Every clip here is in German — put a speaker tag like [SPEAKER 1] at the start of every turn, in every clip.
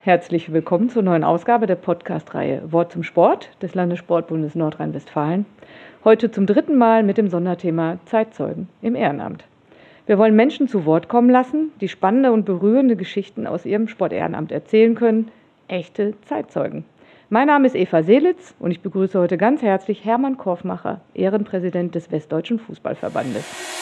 [SPEAKER 1] Herzlich willkommen zur neuen Ausgabe der Podcast-Reihe Wort zum Sport des Landessportbundes Nordrhein-Westfalen. Heute zum dritten Mal mit dem Sonderthema Zeitzeugen im Ehrenamt. Wir wollen Menschen zu Wort kommen lassen, die spannende und berührende Geschichten aus ihrem Sportehrenamt erzählen können. Echte Zeitzeugen. Mein Name ist Eva Seelitz und ich begrüße heute ganz herzlich Hermann Korfmacher, Ehrenpräsident des Westdeutschen Fußballverbandes.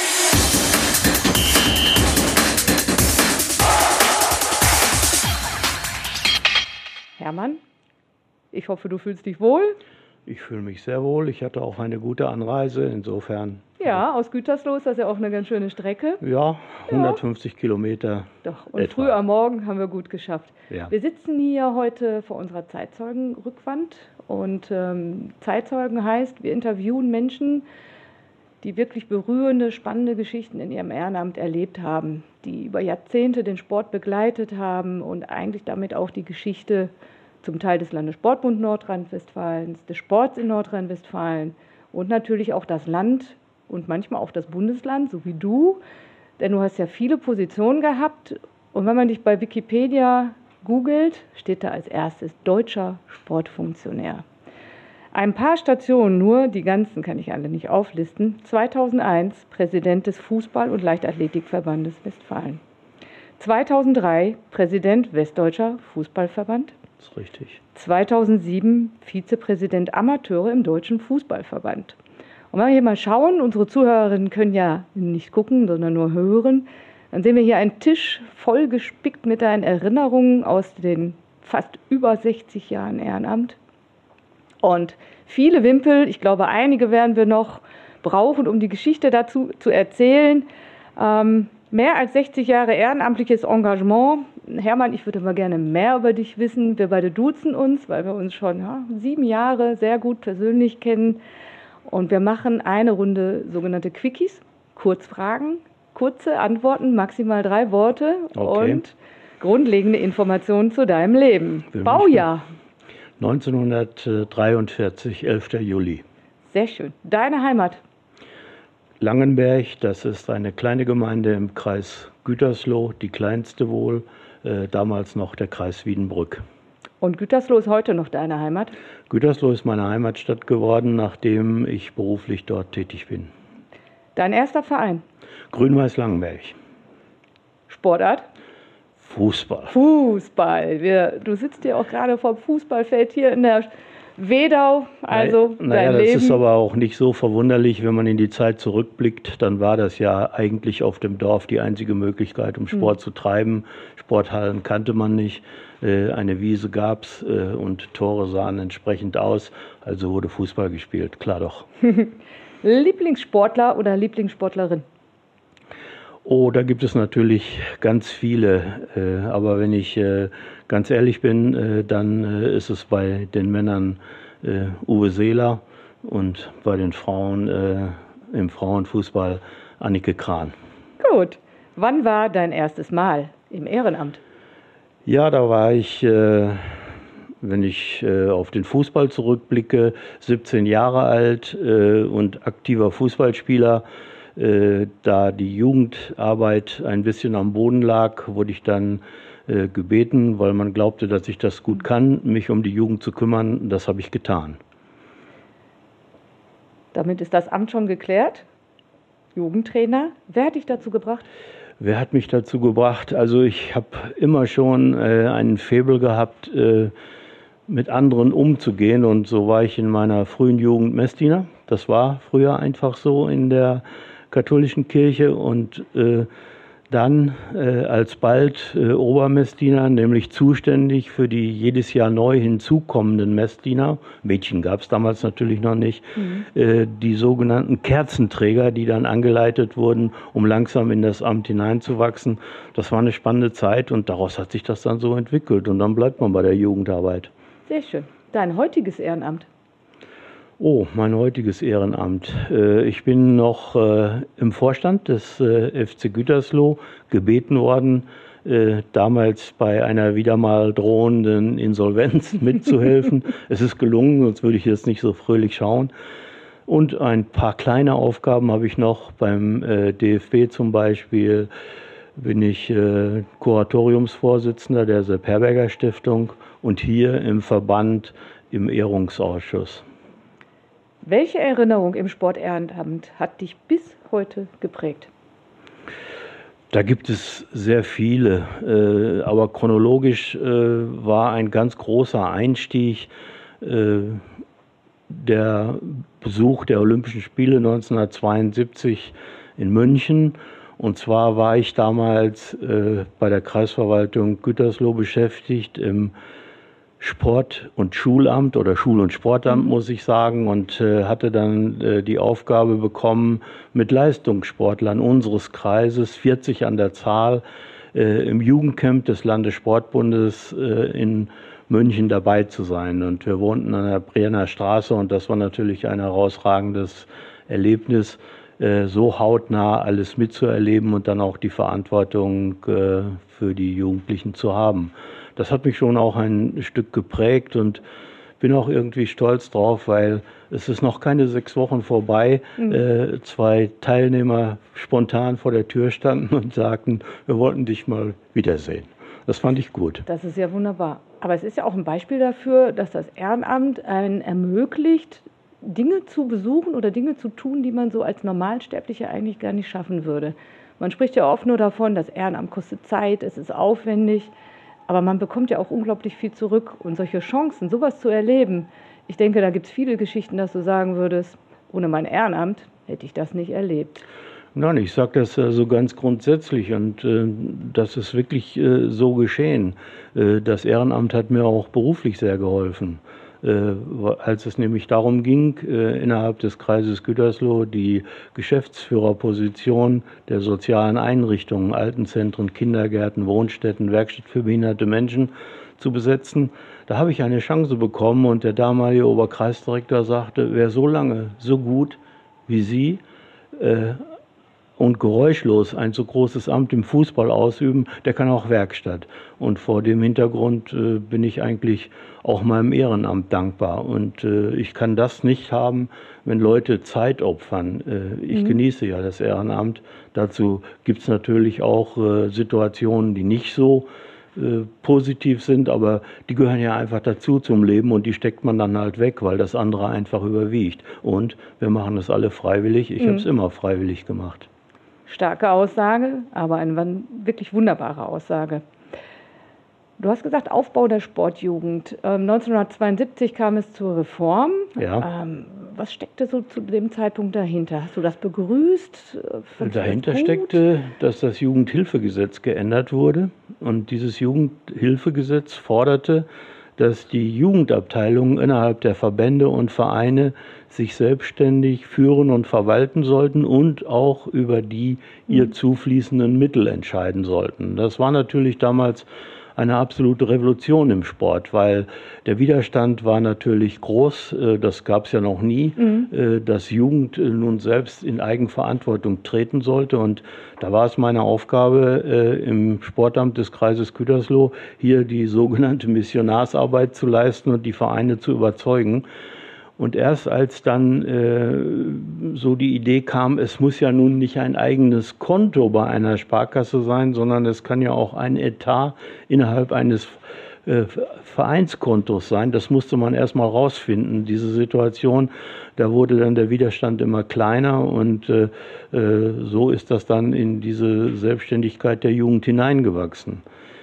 [SPEAKER 1] Hermann, ich hoffe, du fühlst dich wohl.
[SPEAKER 2] Ich fühle mich sehr wohl. Ich hatte auch eine gute Anreise, insofern.
[SPEAKER 1] Ja, aus Gütersloh ist das ja auch eine ganz schöne Strecke.
[SPEAKER 2] Ja, 150 Kilometer.
[SPEAKER 1] Doch, und
[SPEAKER 2] etwa.
[SPEAKER 1] Früh am Morgen haben wir gut geschafft.
[SPEAKER 2] Ja.
[SPEAKER 1] Wir sitzen hier heute vor unserer Zeitzeugenrückwand und Zeitzeugen heißt, wir interviewen Menschen, die wirklich berührende, spannende Geschichten in ihrem Ehrenamt erlebt haben, die über Jahrzehnte den Sport begleitet haben und eigentlich damit auch die Geschichte zum Teil des Landessportbund Nordrhein-Westfalens, des Sports in Nordrhein-Westfalen und natürlich auch das Land und manchmal auch das Bundesland, so wie du, denn du hast ja viele Positionen gehabt und wenn man dich bei Wikipedia googelt, steht da als erstes deutscher Sportfunktionär. Ein paar Stationen nur, die ganzen kann ich alle nicht auflisten. 2001 Präsident des Fußball- und Leichtathletikverbandes Westfalen. 2003 Präsident Westdeutscher Fußballverband.
[SPEAKER 2] Das ist richtig.
[SPEAKER 1] 2007 Vizepräsident Amateure im Deutschen Fußballverband. Und wenn wir hier mal schauen, unsere Zuhörerinnen können ja nicht gucken, sondern nur hören, dann sehen wir hier einen Tisch voll gespickt mit deinen Erinnerungen aus den fast über 60 Jahren Ehrenamt. Und viele Wimpel, ich glaube, einige werden wir noch brauchen, um die Geschichte dazu zu erzählen. Mehr als 60 Jahre ehrenamtliches Engagement. Hermann, ich würde mal gerne mehr über dich wissen. Wir beide duzen uns, weil wir uns schon 7 Jahre sehr gut persönlich kennen. Und wir machen eine Runde sogenannte Quickies, Kurzfragen, kurze Antworten, maximal 3 Worte und grundlegende Informationen zu deinem Leben. Baujahr.
[SPEAKER 2] 1943, 11. Juli.
[SPEAKER 1] Sehr schön. Deine Heimat?
[SPEAKER 2] Langenberg, das ist eine kleine Gemeinde im Kreis Gütersloh, die kleinste wohl, damals noch der Kreis Wiedenbrück.
[SPEAKER 1] Und Gütersloh ist heute noch deine Heimat?
[SPEAKER 2] Gütersloh ist meine Heimatstadt geworden, nachdem ich beruflich dort tätig bin.
[SPEAKER 1] Dein erster Verein?
[SPEAKER 2] Grün-Weiß Langenberg.
[SPEAKER 1] Sportart?
[SPEAKER 2] Fußball.
[SPEAKER 1] Fußball. Du sitzt ja auch gerade vom Fußballfeld hier in der Wedau, also dein Leben.
[SPEAKER 2] Das ist aber auch nicht so verwunderlich, wenn man in die Zeit zurückblickt, dann war das ja eigentlich auf dem Dorf die einzige Möglichkeit, um Sport zu treiben. Sporthallen kannte man nicht, eine Wiese gab es und Tore sahen entsprechend aus, also wurde Fußball gespielt, klar doch.
[SPEAKER 1] Lieblingssportler oder Lieblingssportlerin?
[SPEAKER 2] Oh, da gibt es natürlich ganz viele, aber wenn ich ganz ehrlich bin, dann ist es bei den Männern Uwe Seeler und bei den Frauen im Frauenfußball Annike Kran.
[SPEAKER 1] Gut. Wann war dein erstes Mal im Ehrenamt?
[SPEAKER 2] Ja, da war ich, wenn ich auf den Fußball zurückblicke, 17 Jahre alt und aktiver Fußballspieler. Da die Jugendarbeit ein bisschen am Boden lag, wurde ich dann gebeten, weil man glaubte, dass ich das gut kann, mich um die Jugend zu kümmern. Das habe ich getan.
[SPEAKER 1] Damit ist das Amt schon geklärt. Jugendtrainer. Wer hat dich dazu gebracht?
[SPEAKER 2] Wer hat mich dazu gebracht? Also ich habe immer schon einen Faible gehabt, mit anderen umzugehen. Und so war ich in meiner frühen Jugend Messdiener. Das war früher einfach so in der katholischen Kirche und dann alsbald Obermessdiener, nämlich zuständig für die jedes Jahr neu hinzukommenden Messdiener. Mädchen gab es damals natürlich noch nicht. Die sogenannten Kerzenträger, die dann angeleitet wurden, um langsam in das Amt hineinzuwachsen. Das war eine spannende Zeit und daraus hat sich das dann so entwickelt und dann bleibt man bei der Jugendarbeit.
[SPEAKER 1] Sehr schön. Dein heutiges Ehrenamt?
[SPEAKER 2] Oh, mein heutiges Ehrenamt. Ich bin noch im Vorstand des FC Gütersloh gebeten worden, damals bei einer wieder mal drohenden Insolvenz mitzuhelfen. Es ist gelungen, sonst würde ich jetzt nicht so fröhlich schauen. Und ein paar kleine Aufgaben habe ich noch beim DFB zum Beispiel, bin ich Kuratoriumsvorsitzender der Sepp Herberger Stiftung und hier im Verband im Ehrungsausschuss.
[SPEAKER 1] Welche Erinnerung im Sportehrenamt hat dich bis heute geprägt?
[SPEAKER 2] Da gibt es sehr viele, aber chronologisch war ein ganz großer Einstieg der Besuch der Olympischen Spiele 1972 in München. Und zwar war ich damals bei der Kreisverwaltung Gütersloh beschäftigt im Sport- und Schulamt oder Schul- und Sportamt, muss ich sagen, und hatte dann die Aufgabe bekommen, mit Leistungssportlern unseres Kreises, 40 an der Zahl, im Jugendcamp des Landessportbundes in München dabei zu sein. Und wir wohnten an der Brienner Straße und das war natürlich ein herausragendes Erlebnis, so hautnah alles mitzuerleben und dann auch die Verantwortung für die Jugendlichen zu haben. Das hat mich schon auch ein Stück geprägt und bin auch irgendwie stolz drauf, weil es ist noch keine 6 Wochen vorbei. 2 Teilnehmer spontan vor der Tür standen und sagten, wir wollten dich mal wiedersehen. Das fand ich gut.
[SPEAKER 1] Das ist ja wunderbar. Aber es ist ja auch ein Beispiel dafür, dass das Ehrenamt einen ermöglicht, Dinge zu besuchen oder Dinge zu tun, die man so als Normalsterblicher eigentlich gar nicht schaffen würde. Man spricht ja oft nur davon, das Ehrenamt kostet Zeit, es ist aufwendig. Aber man bekommt ja auch unglaublich viel zurück. Und solche Chancen, sowas zu erleben, ich denke, da gibt es viele Geschichten, dass du sagen würdest, ohne mein Ehrenamt hätte ich das nicht erlebt.
[SPEAKER 2] Nein, ich sage das so ganz grundsätzlich und das ist wirklich so geschehen. Das Ehrenamt hat mir auch beruflich sehr geholfen. Als es nämlich darum ging, innerhalb des Kreises Gütersloh die Geschäftsführerposition der sozialen Einrichtungen, Altenzentren, Kindergärten, Wohnstätten, Werkstatt für behinderte Menschen zu besetzen, da habe ich eine Chance bekommen und der damalige Oberkreisdirektor sagte, wer so lange, so gut wie Sie und geräuschlos ein so großes Amt im Fußball ausüben, der kann auch Werkstatt. Und vor dem Hintergrund bin ich eigentlich auch meinem Ehrenamt dankbar. Und ich kann das nicht haben, wenn Leute Zeit opfern. Ich genieße ja das Ehrenamt. Dazu gibt es natürlich auch Situationen, die nicht so positiv sind, aber die gehören ja einfach dazu zum Leben und die steckt man dann halt weg, weil das andere einfach überwiegt. Und wir machen das alle freiwillig. Ich habe es immer freiwillig gemacht.
[SPEAKER 1] Starke Aussage, aber eine wirklich wunderbare Aussage. Du hast gesagt, Aufbau der Sportjugend. 1972 kam es zur Reform.
[SPEAKER 2] Ja.
[SPEAKER 1] Was steckte so zu dem Zeitpunkt dahinter? Hast du das begrüßt?
[SPEAKER 2] Dahinter steckte, dass das Jugendhilfegesetz geändert wurde. Und dieses Jugendhilfegesetz forderte, dass die Jugendabteilungen innerhalb der Verbände und Vereine sich selbstständig führen und verwalten sollten und auch über die ihr zufließenden Mittel entscheiden sollten. Das war natürlich damals eine absolute Revolution im Sport, weil der Widerstand war natürlich groß, das gab es ja noch nie, dass Jugend nun selbst in Eigenverantwortung treten sollte. Und da war es meine Aufgabe, im Sportamt des Kreises Gütersloh hier die sogenannte Missionarsarbeit zu leisten und die Vereine zu überzeugen. Und erst als dann so die Idee kam, es muss ja nun nicht ein eigenes Konto bei einer Sparkasse sein, sondern es kann ja auch ein Etat innerhalb eines Vereinskontos sein. Das musste man erst mal rausfinden, diese Situation. Da wurde dann der Widerstand immer kleiner und so ist das dann in diese Selbstständigkeit der Jugend hineingewachsen.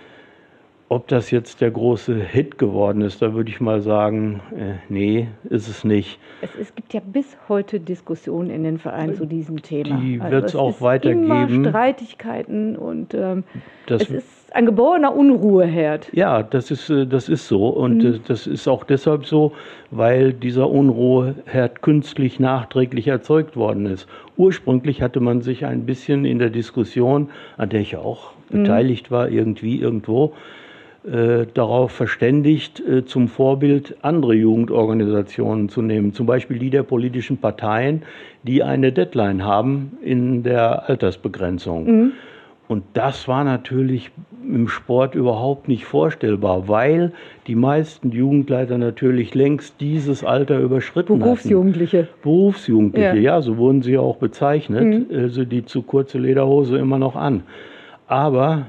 [SPEAKER 2] Ob das jetzt der große Hit geworden ist, da würde ich mal sagen, nee, ist es nicht.
[SPEAKER 1] Es gibt ja bis heute Diskussionen in den Vereinen zu diesem Thema.
[SPEAKER 2] Die wird es auch weitergeben.
[SPEAKER 1] Immer Streitigkeiten und es ist ein geborener Unruheherd.
[SPEAKER 2] Ja, das ist so und das ist auch deshalb so, weil dieser Unruheherd künstlich nachträglich erzeugt worden ist. Ursprünglich hatte man sich ein bisschen in der Diskussion, an der ich ja auch beteiligt war, irgendwo, darauf verständigt, zum Vorbild andere Jugendorganisationen zu nehmen, zum Beispiel die der politischen Parteien, die eine Deadline haben in der Altersbegrenzung. Und das war natürlich im Sport überhaupt nicht vorstellbar, weil die meisten Jugendleiter natürlich längst dieses Alter überschritten
[SPEAKER 1] Berufsjugendliche.
[SPEAKER 2] Berufsjugendliche, ja, so wurden sie auch bezeichnet. Also die zu kurze Lederhose immer noch an. Aber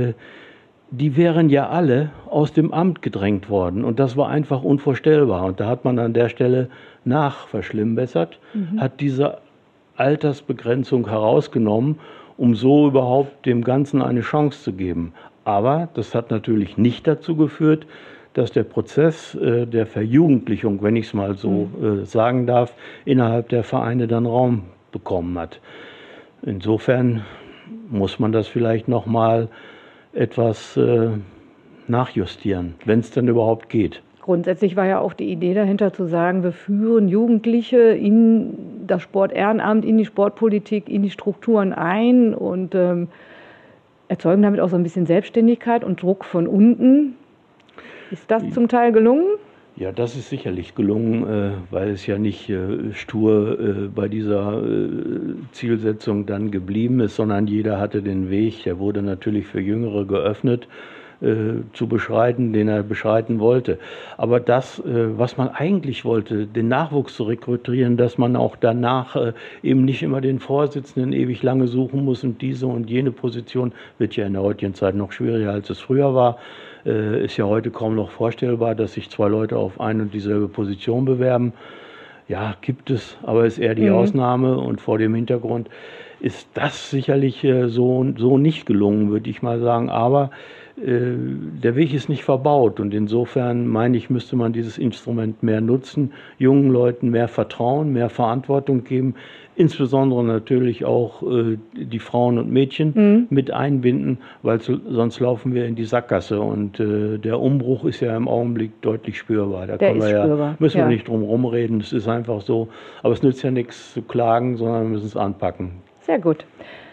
[SPEAKER 2] die wären ja alle aus dem Amt gedrängt worden. Und das war einfach unvorstellbar. Und da hat man an der Stelle nachverschlimmbessert, hat diese Altersbegrenzung herausgenommen, um so überhaupt dem Ganzen eine Chance zu geben. Aber das hat natürlich nicht dazu geführt, dass der Prozess der Verjugendlichung, wenn ich es mal so sagen darf, innerhalb der Vereine dann Raum bekommen hat. Insofern muss man das vielleicht noch mal etwas nachjustieren, wenn es denn überhaupt geht.
[SPEAKER 1] Grundsätzlich war ja auch die Idee dahinter zu sagen, wir führen Jugendliche in das Sportehrenamt, in die Sportpolitik, in die Strukturen ein und erzeugen damit auch so ein bisschen Selbstständigkeit und Druck von unten. Ist das zum Teil gelungen?
[SPEAKER 2] Ja, das ist sicherlich gelungen, weil es ja nicht stur bei dieser Zielsetzung dann geblieben ist, sondern jeder hatte den Weg, der wurde natürlich für Jüngere geöffnet, zu beschreiten, den er beschreiten wollte. Aber das, was man eigentlich wollte, den Nachwuchs zu rekrutieren, dass man auch danach eben nicht immer den Vorsitzenden ewig lange suchen muss und diese und jene Position, wird ja in der heutigen Zeit noch schwieriger, als es früher war. Ist ja heute kaum noch vorstellbar, dass sich zwei Leute auf eine und dieselbe Position bewerben. Ja, gibt es, aber ist eher die Ausnahme und vor dem Hintergrund ist das sicherlich so nicht gelungen, würde ich mal sagen. Aber der Weg ist nicht verbaut und insofern meine ich, müsste man dieses Instrument mehr nutzen, jungen Leuten mehr Vertrauen, mehr Verantwortung geben, insbesondere natürlich auch die Frauen und Mädchen mit einbinden, weil sonst laufen wir in die Sackgasse und der Umbruch ist ja im Augenblick deutlich spürbar. Da müssen wir nicht drum rumreden, es ist einfach so, aber es nützt ja nichts zu klagen, sondern wir müssen es anpacken.
[SPEAKER 1] Sehr gut.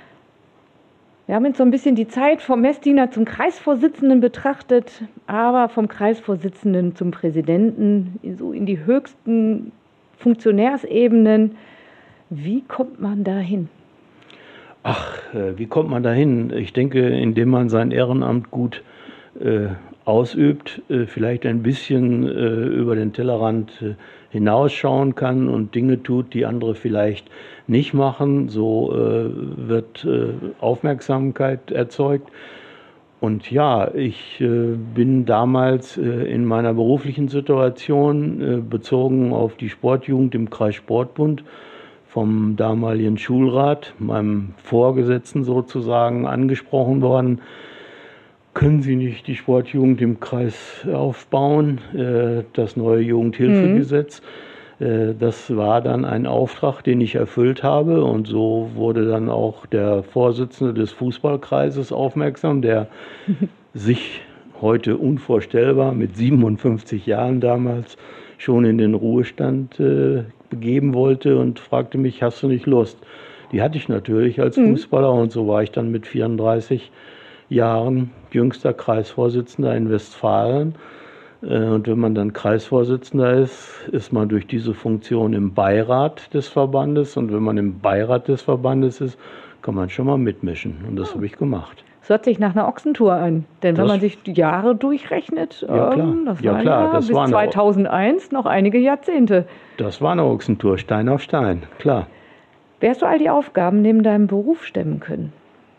[SPEAKER 1] Wir haben jetzt so ein bisschen die Zeit vom Messdiener zum Kreisvorsitzenden betrachtet, aber vom Kreisvorsitzenden zum Präsidenten, so in die höchsten Funktionärsebenen. Wie kommt man da hin?
[SPEAKER 2] Wie kommt man da hin? Ich denke, indem man sein Ehrenamt gut ausübt, vielleicht ein bisschen über den Tellerrand hinausschauen kann und Dinge tut, die andere vielleicht nicht machen. So wird Aufmerksamkeit erzeugt. Und ja, ich bin damals in meiner beruflichen Situation bezogen auf die Sportjugend im Kreissportbund vom damaligen Schulrat, meinem Vorgesetzten sozusagen, angesprochen worden. Können Sie nicht die Sportjugend im Kreis aufbauen, das neue Jugendhilfegesetz? Das war dann ein Auftrag, den ich erfüllt habe und so wurde dann auch der Vorsitzende des Fußballkreises aufmerksam, der sich heute unvorstellbar mit 57 Jahren damals schon in den Ruhestand begeben wollte und fragte mich, hast du nicht Lust? Die hatte ich natürlich als Fußballer und so war ich dann mit 34 Jahren jüngster Kreisvorsitzender in Westfalen. Und wenn man dann Kreisvorsitzender ist, ist man durch diese Funktion im Beirat des Verbandes. Und wenn man im Beirat des Verbandes ist, kann man schon mal mitmischen. Und das habe ich gemacht.
[SPEAKER 1] Das hört sich nach einer Ochsentour an. Denn wenn man sich die Jahre durchrechnet, das bis 2001 noch einige Jahrzehnte.
[SPEAKER 2] Das war eine Ochsentour, Stein auf Stein, klar.
[SPEAKER 1] Wie hast du all die Aufgaben neben deinem Beruf stemmen können?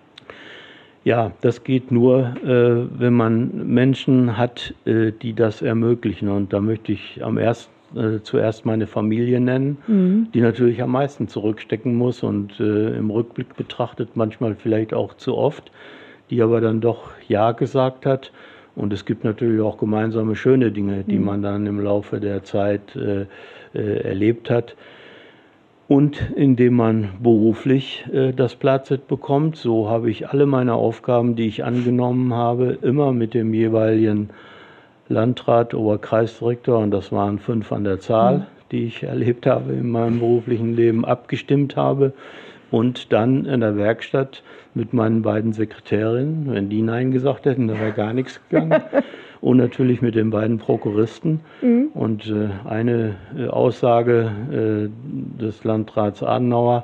[SPEAKER 2] Ja, das geht nur, wenn man Menschen hat, die das ermöglichen. Und da möchte ich zuerst meine Familie nennen, die natürlich am meisten zurückstecken muss und im Rückblick betrachtet manchmal vielleicht auch zu oft, die aber dann doch Ja gesagt hat. Und es gibt natürlich auch gemeinsame schöne Dinge, die man dann im Laufe der Zeit erlebt hat. Und indem man beruflich das Platzett bekommt, so habe ich alle meine Aufgaben, die ich angenommen habe, immer mit dem jeweiligen Landrat, Oberkreisdirektor, und das waren 5 an der Zahl, die ich erlebt habe in meinem beruflichen Leben, abgestimmt habe. Und dann in der Werkstatt mit meinen beiden Sekretärinnen, wenn die Nein gesagt hätten, da wäre gar nichts gegangen. Und natürlich mit den beiden Prokuristen. Und eine Aussage des Landrats Adenauer,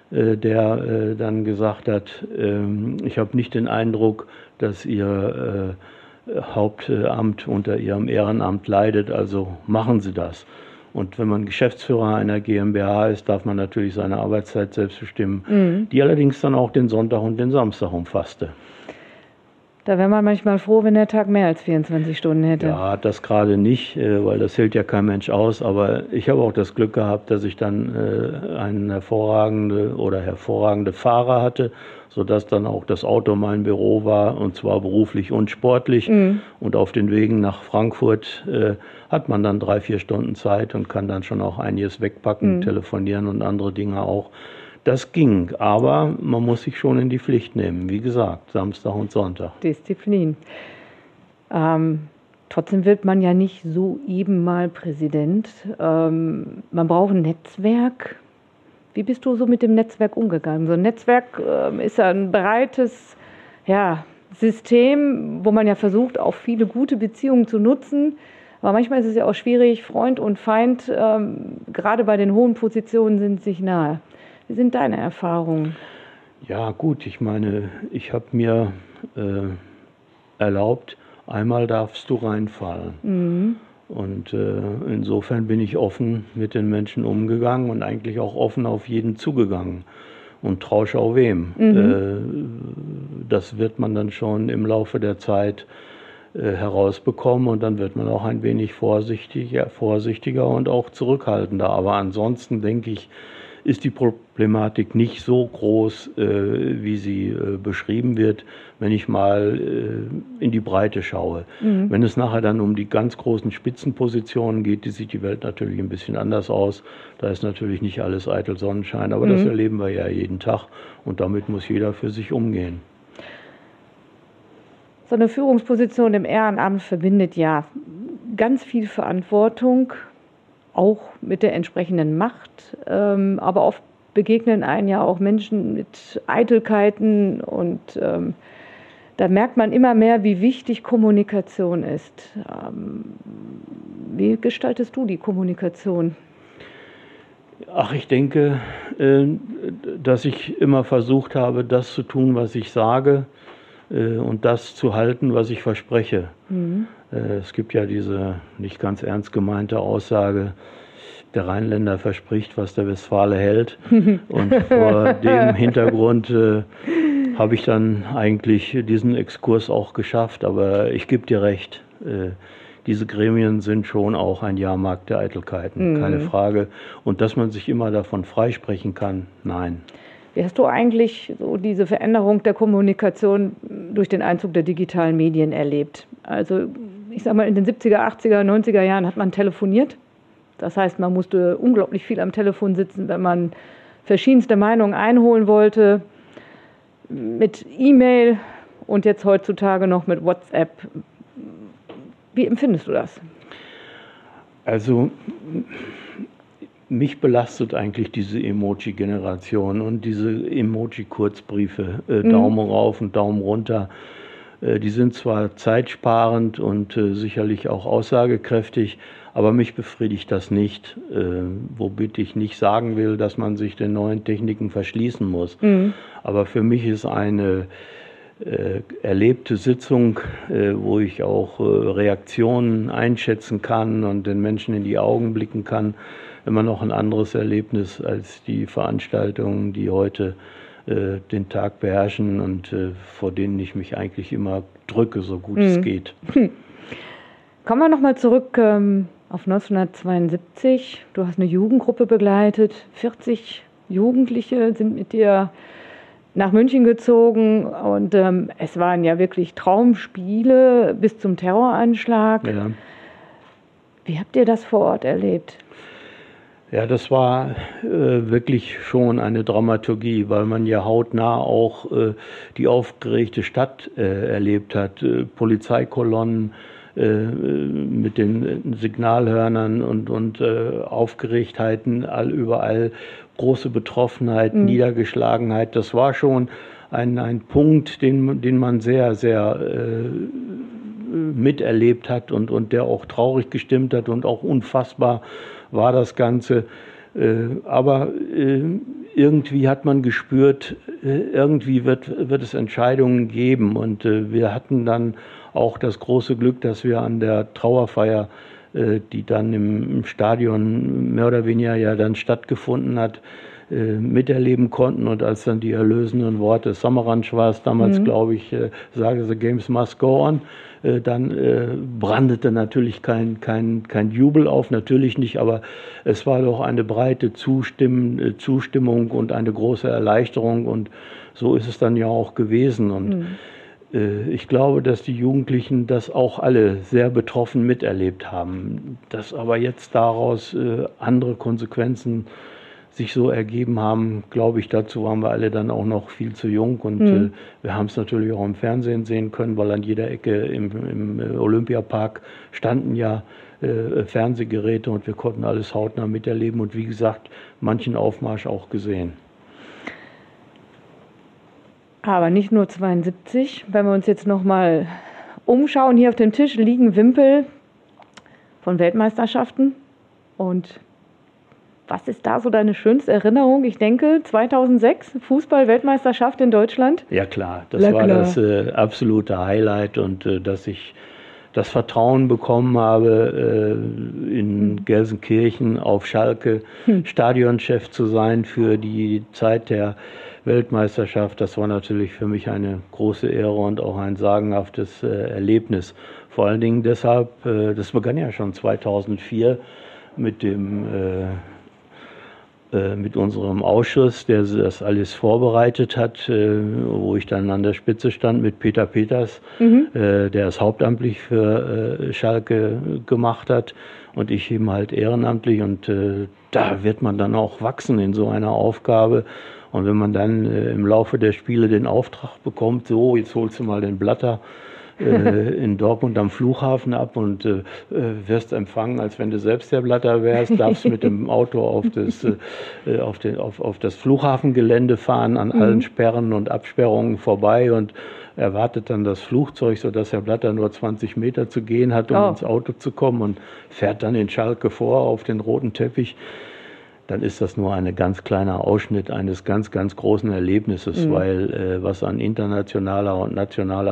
[SPEAKER 2] der dann gesagt hat, ich habe nicht den Eindruck, dass Ihr Hauptamt unter Ihrem Ehrenamt leidet, also machen Sie das. Und wenn man Geschäftsführer einer GmbH ist, darf man natürlich seine Arbeitszeit selbst bestimmen, die allerdings dann auch den Sonntag und den Samstag umfasste.
[SPEAKER 1] Da wäre man manchmal froh, wenn der Tag mehr als 24 Stunden hätte.
[SPEAKER 2] Ja, das gerade nicht, weil das hält ja kein Mensch aus. Aber ich habe auch das Glück gehabt, dass ich dann einen hervorragende Fahrer hatte, sodass dann auch das Auto mein Büro war, und zwar beruflich und sportlich. Und auf den Wegen nach Frankfurt hat man dann 3-4 Stunden Zeit und kann dann schon auch einiges wegpacken, telefonieren und andere Dinge auch. Das ging, aber man muss sich schon in die Pflicht nehmen. Wie gesagt, Samstag und Sonntag.
[SPEAKER 1] Disziplin. Trotzdem wird man ja nicht so eben mal Präsident. Man braucht ein Netzwerk. Wie bist du so mit dem Netzwerk umgegangen? So ein Netzwerk ist ja ein breites System, wo man ja versucht, auch viele gute Beziehungen zu nutzen. Aber manchmal ist es ja auch schwierig, Freund und Feind, gerade bei den hohen Positionen, sind sich nahe. Wie sind deine Erfahrungen?
[SPEAKER 2] Ja gut, ich meine, ich habe mir erlaubt, einmal darfst du reinfallen. Und insofern bin ich offen mit den Menschen umgegangen und eigentlich auch offen auf jeden zugegangen und trausch auch wem. Das wird man dann schon im Laufe der Zeit herausbekommen, und dann wird man auch ein wenig vorsichtiger und auch zurückhaltender. Aber ansonsten denke ich, ist die Problematik nicht so groß, wie sie beschrieben wird, wenn ich mal in die Breite schaue. Wenn es nachher dann um die ganz großen Spitzenpositionen geht, sieht die Welt natürlich ein bisschen anders aus. Da ist natürlich nicht alles eitel Sonnenschein, aber das erleben wir ja jeden Tag, und damit muss jeder für sich umgehen.
[SPEAKER 1] So eine Führungsposition im Ehrenamt verbindet ja ganz viel Verantwortung, auch mit der entsprechenden Macht, aber oft begegnen einen ja auch Menschen mit Eitelkeiten, und da merkt man immer mehr, wie wichtig Kommunikation ist. Wie gestaltest du die Kommunikation?
[SPEAKER 2] Ach, ich denke, dass ich immer versucht habe, das zu tun, was ich sage, und das zu halten, was ich verspreche. Es gibt ja diese nicht ganz ernst gemeinte Aussage, der Rheinländer verspricht, was der Westfale hält. Und vor dem Hintergrund habe ich dann eigentlich diesen Exkurs auch geschafft. Aber ich gebe dir recht, diese Gremien sind schon auch ein Jahrmarkt der Eitelkeiten, keine Frage. Und dass man sich immer davon freisprechen kann, nein.
[SPEAKER 1] Wie hast du eigentlich so diese Veränderung der Kommunikation durch den Einzug der digitalen Medien erlebt? Also ich sag mal, in den 70er, 80er, 90er Jahren hat man telefoniert. Das heißt, man musste unglaublich viel am Telefon sitzen, wenn man verschiedenste Meinungen einholen wollte, mit E-Mail und jetzt heutzutage noch mit WhatsApp. Wie empfindest du das?
[SPEAKER 2] Also mich belastet eigentlich diese Emoji-Generation und diese Emoji-Kurzbriefe, Daumen rauf und Daumen runter. Die sind zwar zeitsparend und sicherlich auch aussagekräftig, aber mich befriedigt das nicht, womit ich nicht sagen will, dass man sich den neuen Techniken verschließen muss. Aber für mich ist eine erlebte Sitzung, wo ich auch Reaktionen einschätzen kann und den Menschen in die Augen blicken kann, immer noch ein anderes Erlebnis als die Veranstaltungen, die heute den Tag beherrschen und vor denen ich mich eigentlich immer drücke, so gut es geht.
[SPEAKER 1] Kommen wir nochmal zurück auf 1972. Du hast eine Jugendgruppe begleitet. 40 Jugendliche sind mit dir nach München gezogen, und es waren ja wirklich Traumspiele bis zum Terroranschlag.
[SPEAKER 2] Ja.
[SPEAKER 1] Wie habt ihr das vor Ort erlebt?
[SPEAKER 2] Ja, das war wirklich schon eine Dramaturgie, weil man ja hautnah auch die aufgeregte Stadt erlebt hat. Polizeikolonnen mit den Signalhörnern und Aufgeregtheiten überall, große Betroffenheit, Niedergeschlagenheit. Das war schon ein Punkt, den man sehr, sehr miterlebt hat und der auch traurig gestimmt hat, und auch unfassbar war das Ganze. Aber irgendwie hat man gespürt, irgendwie wird es Entscheidungen geben. Und wir hatten dann auch das große Glück, dass wir an der Trauerfeier, die dann im Stadion mehr oder weniger ja dann stattgefunden hat, miterleben konnten. Und als dann die erlösenden Worte, Samaranch war es damals, glaube ich, sage, the games must go on, dann brandete natürlich kein Jubel auf, natürlich nicht, aber es war doch eine breite Zustimmung und eine große Erleichterung, und so ist es dann ja auch gewesen. Und ich glaube, dass die Jugendlichen das auch alle sehr betroffen miterlebt haben. Dass aber jetzt daraus andere Konsequenzen sich so ergeben haben, glaube ich, dazu waren wir alle dann auch noch viel zu jung. Und wir haben es natürlich auch im Fernsehen sehen können, weil an jeder Ecke im Olympiapark standen ja Fernsehgeräte, und wir konnten alles hautnah miterleben und wie gesagt, manchen Aufmarsch auch gesehen.
[SPEAKER 1] Aber nicht nur 72. Wenn wir uns jetzt noch mal umschauen, hier auf dem Tisch liegen Wimpel von Weltmeisterschaften. Und was ist da so deine schönste Erinnerung? Ich denke 2006, Fußball-Weltmeisterschaft in Deutschland.
[SPEAKER 2] Ja klar, das war das absolute Highlight, und dass ich das Vertrauen bekommen habe, in Gelsenkirchen auf Schalke Stadionchef zu sein für die Zeit der Weltmeisterschaft, das war natürlich für mich eine große Ehre und auch ein sagenhaftes Erlebnis. Vor allen Dingen deshalb, das begann ja schon 2004 mit unserem Ausschuss, der das alles vorbereitet hat, wo ich dann an der Spitze stand mit Peter Peters, der es hauptamtlich für Schalke gemacht hat und ich eben halt ehrenamtlich, und da wird man dann auch wachsen in so einer Aufgabe. Und wenn man dann im Laufe der Spiele den Auftrag bekommt, so, jetzt holst du mal den Blatter in Dortmund am Flughafen ab und wirst empfangen, als wenn du selbst der Blatter wärst, darfst mit dem Auto auf das Flughafengelände fahren, an allen Sperren und Absperrungen vorbei, und erwartet dann das Flugzeug, sodass Herr Blatter nur 20 Meter zu gehen hat, um ins Auto zu kommen, und fährt dann in Schalke vor auf den roten Teppich. Dann ist das nur ein ganz kleiner Ausschnitt eines ganz, ganz großen Erlebnisses, weil was an internationaler und nationaler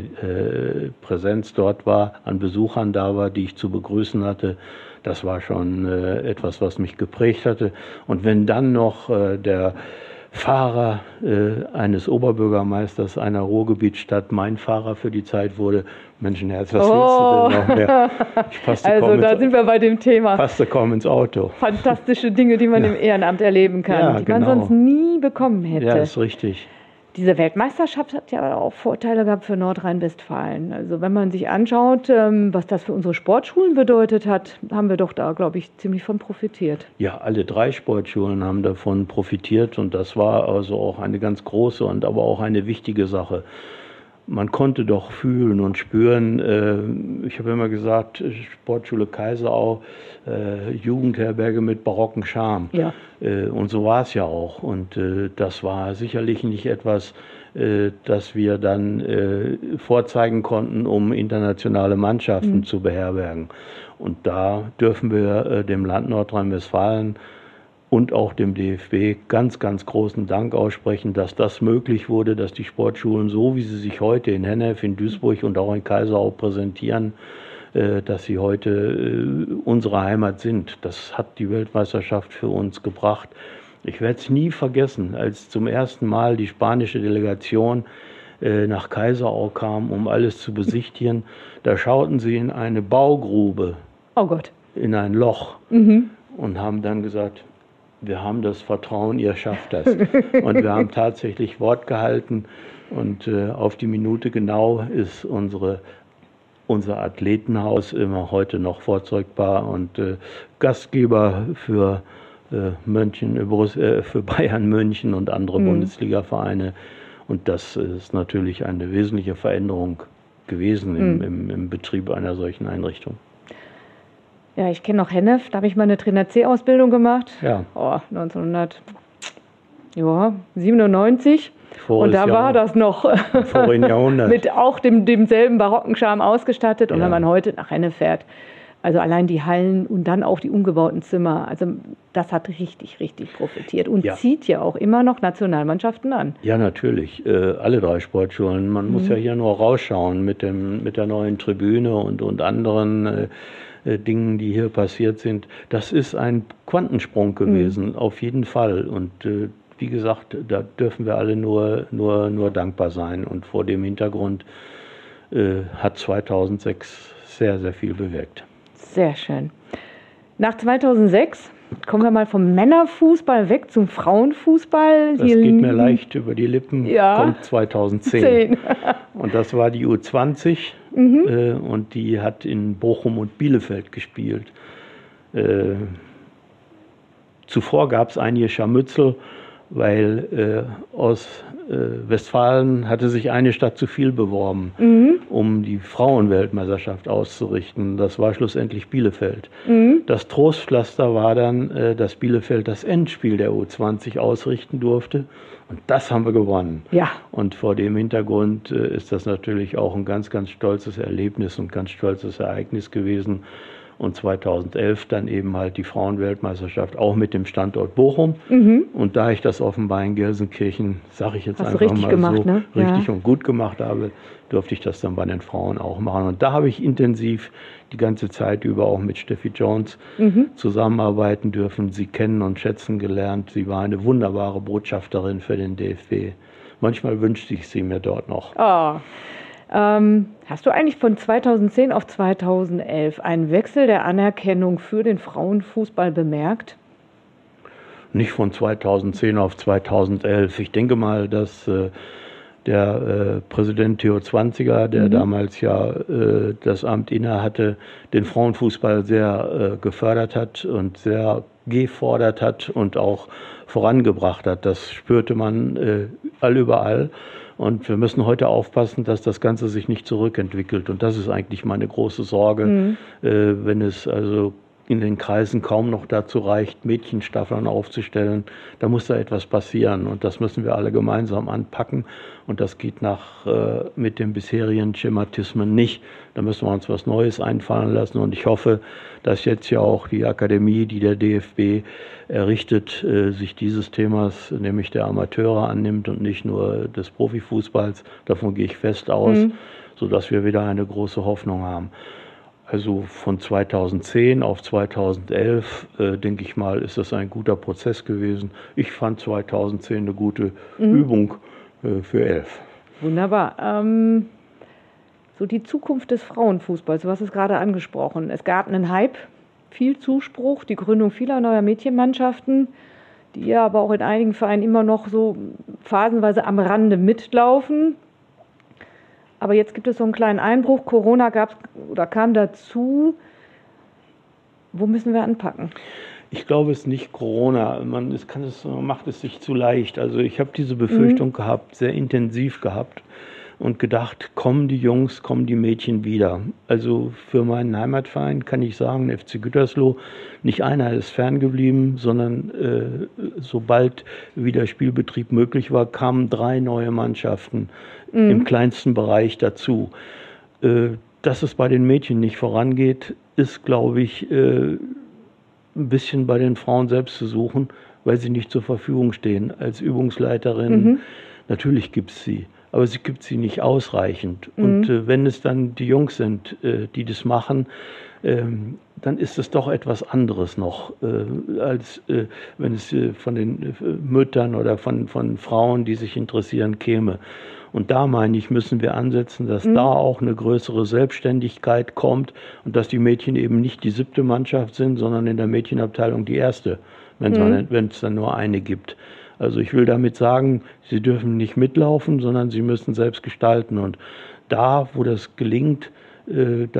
[SPEAKER 2] Präsenz dort war, an Besuchern da war, die ich zu begrüßen hatte, das war schon etwas, was mich geprägt hatte. Und wenn dann noch der Fahrer eines Oberbürgermeisters einer Ruhrgebietsstadt mein Fahrer für die Zeit wurde, Menschenherz, was willst du denn noch mehr?
[SPEAKER 1] Also da sind wir bei dem Thema.
[SPEAKER 2] Passte kaum ins Auto.
[SPEAKER 1] Fantastische Dinge, die man im Ehrenamt erleben kann, die man sonst nie bekommen hätte.
[SPEAKER 2] Ja, ist richtig.
[SPEAKER 1] Diese Weltmeisterschaft hat ja auch Vorteile gehabt für Nordrhein-Westfalen. Also wenn man sich anschaut, was das für unsere Sportschulen bedeutet hat, haben wir doch da, glaube ich, ziemlich von profitiert.
[SPEAKER 2] Ja, alle 3 Sportschulen haben davon profitiert, und das war also auch eine ganz große und aber auch eine wichtige Sache. Man konnte doch fühlen und spüren, ich habe immer gesagt, Sportschule Kaiserau, Jugendherberge mit barocken Charme.
[SPEAKER 1] Ja.
[SPEAKER 2] Und so war es ja auch. Und das war sicherlich nicht etwas, das wir dann vorzeigen konnten, um internationale Mannschaften zu beherbergen. Und da dürfen wir dem Land Nordrhein-Westfalen und auch dem DFB ganz, ganz großen Dank aussprechen, dass das möglich wurde, dass die Sportschulen, so wie sie sich heute in Hennef, in Duisburg und auch in Kaiserau präsentieren, dass sie heute unsere Heimat sind. Das hat die Weltmeisterschaft für uns gebracht. Ich werde es nie vergessen, als zum ersten Mal die spanische Delegation nach Kaiserau kam, um alles zu besichtigen. Da schauten sie in eine Baugrube,
[SPEAKER 1] oh Gott,
[SPEAKER 2] in ein Loch, und haben dann gesagt, wir haben das Vertrauen, ihr schafft das. Und wir haben tatsächlich Wort gehalten, und auf die Minute genau ist unser Athletenhaus immer heute noch vorzeigbar und Gastgeber für für Bayern München und andere Bundesliga-Vereine. Und das ist natürlich eine wesentliche Veränderung gewesen im Betrieb einer solchen Einrichtung.
[SPEAKER 1] Ja, ich kenne noch Hennef, da habe ich meine Trainer C-Ausbildung gemacht.
[SPEAKER 2] Ja.
[SPEAKER 1] 1997. Und da war das noch
[SPEAKER 2] vorigen Jahrhundert.
[SPEAKER 1] mit auch demselben barocken Charme ausgestattet. Und wenn man heute nach Hennef fährt, Also allein die Hallen und dann auch die umgebauten Zimmer. Also das hat richtig, richtig profitiert und zieht ja auch immer noch Nationalmannschaften an.
[SPEAKER 2] Ja, natürlich. Alle 3 Sportschulen. Man muss ja hier nur rausschauen mit der neuen Tribüne und anderen Dingen, die hier passiert sind. Das ist ein Quantensprung gewesen, auf jeden Fall. Und wie gesagt, da dürfen wir alle nur dankbar sein. Und vor dem Hintergrund hat 2006 sehr, sehr viel bewirkt.
[SPEAKER 1] Sehr schön. Nach 2006 kommen wir mal vom Männerfußball weg zum Frauenfußball.
[SPEAKER 2] Das geht mir leicht über die Lippen. Kommt 2010. Und das war die U20 und die hat in Bochum und Bielefeld gespielt. Zuvor gab es einige Scharmützel, weil aus Westfalen hatte sich eine Stadt zu viel beworben, um die Frauenweltmeisterschaft auszurichten. Das war schlussendlich Bielefeld. Das Trostpflaster war dann, dass Bielefeld das Endspiel der U20 ausrichten durfte. Und das haben wir gewonnen.
[SPEAKER 1] Ja.
[SPEAKER 2] Und vor dem Hintergrund ist das natürlich auch ein ganz, ganz stolzes Erlebnis und ganz stolzes Ereignis gewesen. Und 2011 dann eben halt die Frauenweltmeisterschaft, auch mit dem Standort Bochum. Und da ich das offenbar in Gelsenkirchen, sage ich jetzt einfach mal
[SPEAKER 1] gemacht,
[SPEAKER 2] so,
[SPEAKER 1] ne?
[SPEAKER 2] richtig und gut gemacht habe, durfte ich das dann bei den Frauen auch machen. Und da habe ich intensiv die ganze Zeit über auch mit Steffi Jones zusammenarbeiten dürfen, sie kennen und schätzen gelernt. Sie war eine wunderbare Botschafterin für den DFB. Manchmal wünschte ich sie mir dort noch.
[SPEAKER 1] Oh. Hast du eigentlich von 2010 auf 2011 einen Wechsel der Anerkennung für den Frauenfußball bemerkt?
[SPEAKER 2] Nicht von 2010 auf 2011. Ich denke mal, dass der Präsident Theo Zwanziger, der damals ja das Amt innehatte, den Frauenfußball sehr gefördert hat und sehr gefordert hat und auch vorangebracht hat. Das spürte man allüberall. Und wir müssen heute aufpassen, dass das Ganze sich nicht zurückentwickelt. Und das ist eigentlich meine große Sorge, wenn es also in den Kreisen kaum noch dazu reicht, Mädchenstaffeln aufzustellen. Da muss da etwas passieren. Und das müssen wir alle gemeinsam anpacken. Und das geht mit den bisherigen Schematismen nicht. Da müssen wir uns was Neues einfallen lassen. Und ich hoffe, dass jetzt ja auch die Akademie, die der DFB errichtet, sich dieses Themas, nämlich der Amateure, annimmt und nicht nur des Profifußballs. Davon gehe ich fest aus, sodass wir wieder eine große Hoffnung haben. Also von 2010 auf 2011, denke ich mal, ist das ein guter Prozess gewesen. Ich fand 2010 eine gute Übung für 11.
[SPEAKER 1] Wunderbar. So die Zukunft des Frauenfußballs, du hast es gerade angesprochen. Es gab einen Hype, viel Zuspruch, die Gründung vieler neuer Mädchenmannschaften, die ja aber auch in einigen Vereinen immer noch so phasenweise am Rande mitlaufen. Aber jetzt gibt es so einen kleinen Einbruch. Corona kam dazu. Wo müssen wir anpacken?
[SPEAKER 2] Ich glaube, es ist nicht Corona. Man macht es sich zu leicht. Also ich habe diese Befürchtung gehabt, sehr intensiv gehabt und gedacht, kommen die Jungs, kommen die Mädchen wieder. Also für meinen Heimatverein kann ich sagen, FC Gütersloh, nicht einer ist ferngeblieben, sondern sobald wieder Spielbetrieb möglich war, kamen 3 neue Mannschaften im kleinsten Bereich dazu. Dass es bei den Mädchen nicht vorangeht, ist, glaube ich, ein bisschen bei den Frauen selbst zu suchen, weil sie nicht zur Verfügung stehen. Als Übungsleiterin, natürlich gibt es sie, aber sie gibt sie nicht ausreichend. Und wenn es dann die Jungs sind, die das machen, dann ist es doch etwas anderes noch, als wenn es von den Müttern oder von Frauen, die sich interessieren, käme. Und da, meine ich, müssen wir ansetzen, dass da auch eine größere Selbstständigkeit kommt und dass die Mädchen eben nicht die 7. Mannschaft sind, sondern in der Mädchenabteilung die 1., wenn es dann nur eine gibt. Also ich will damit sagen, sie dürfen nicht mitlaufen, sondern sie müssen selbst gestalten. Und da, wo das gelingt, gibt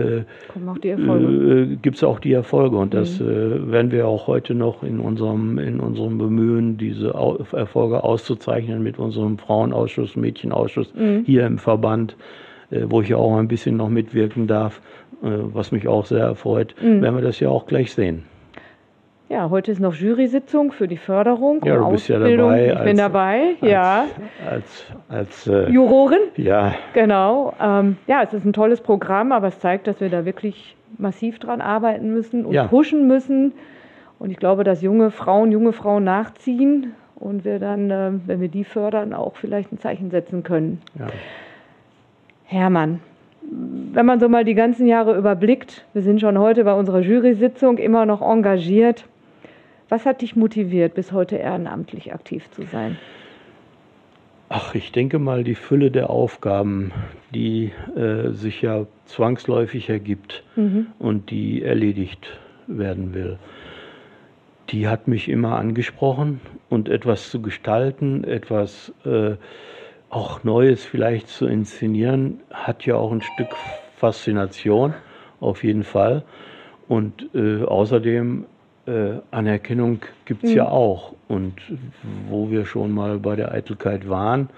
[SPEAKER 2] es auch die Erfolge. Und das werden wir auch heute noch in unserem Bemühen, diese Erfolge auszuzeichnen mit unserem Frauenausschuss, Mädchenausschuss hier im Verband, wo ich ja auch ein bisschen noch mitwirken darf, was mich auch sehr erfreut, werden wir das ja auch gleich sehen.
[SPEAKER 1] Ja, heute ist noch Jury-Sitzung für die Förderung
[SPEAKER 2] Ja,
[SPEAKER 1] und
[SPEAKER 2] du bist ja
[SPEAKER 1] Ausbildung.
[SPEAKER 2] dabei.
[SPEAKER 1] Ich bin dabei, ja.
[SPEAKER 2] Als
[SPEAKER 1] Jurorin?
[SPEAKER 2] Ja,
[SPEAKER 1] Genau. Ja, es ist ein tolles Programm, aber es zeigt, dass wir da wirklich massiv dran arbeiten müssen und pushen müssen. Und ich glaube, dass junge Frauen nachziehen und wir dann, wenn wir die fördern, auch vielleicht ein Zeichen setzen können.
[SPEAKER 2] ja.
[SPEAKER 1] Hermann, wenn man so mal die ganzen Jahre überblickt, wir sind schon heute bei unserer Jury-Sitzung immer noch engagiert. Was hat dich motiviert, bis heute ehrenamtlich aktiv zu sein?
[SPEAKER 2] Ach, ich denke mal, die Fülle der Aufgaben, die sich ja zwangsläufig ergibt und die erledigt werden will, die hat mich immer angesprochen und etwas zu gestalten, etwas auch Neues vielleicht zu inszenieren, hat ja auch ein Stück Faszination, auf jeden Fall. Und außerdem Anerkennung gibt es ja auch. Und wo wir schon mal bei der Eitelkeit waren,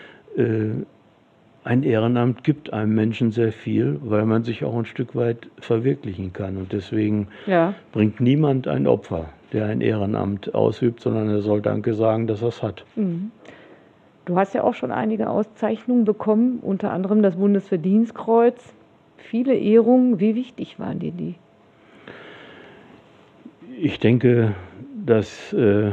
[SPEAKER 2] ein Ehrenamt gibt einem Menschen sehr viel, weil man sich auch ein Stück weit verwirklichen kann. Und deswegen bringt niemand ein Opfer, der ein Ehrenamt ausübt, sondern er soll Danke sagen, dass er es hat.
[SPEAKER 1] Du hast ja auch schon einige Auszeichnungen bekommen, unter anderem das Bundesverdienstkreuz. Viele Ehrungen. Wie wichtig waren dir die?
[SPEAKER 2] Ich denke, dass,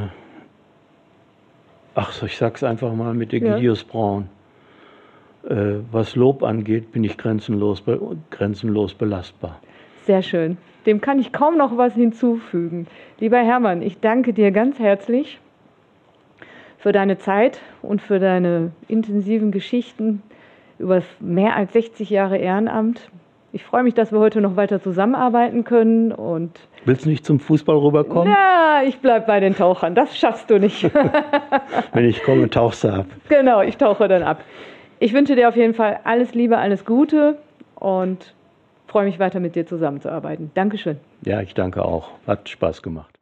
[SPEAKER 2] ich sag's einfach mal mit Egidius Braun. Was Lob angeht, bin ich grenzenlos belastbar.
[SPEAKER 1] Sehr schön. Dem kann ich kaum noch was hinzufügen. Lieber Hermann, ich danke dir ganz herzlich für deine Zeit und für deine intensiven Geschichten über mehr als 60 Jahre Ehrenamt. Ich freue mich, dass wir heute noch weiter zusammenarbeiten können. Und
[SPEAKER 2] willst du nicht zum Fußball rüberkommen?
[SPEAKER 1] Ja, ich bleibe bei den Tauchern. Das schaffst du nicht.
[SPEAKER 2] Wenn ich komme, tauchst du ab.
[SPEAKER 1] Genau, ich tauche dann ab. Ich wünsche dir auf jeden Fall alles Liebe, alles Gute und freue mich weiter mit dir zusammenzuarbeiten. Dankeschön.
[SPEAKER 2] Ja, ich danke auch. Hat Spaß gemacht.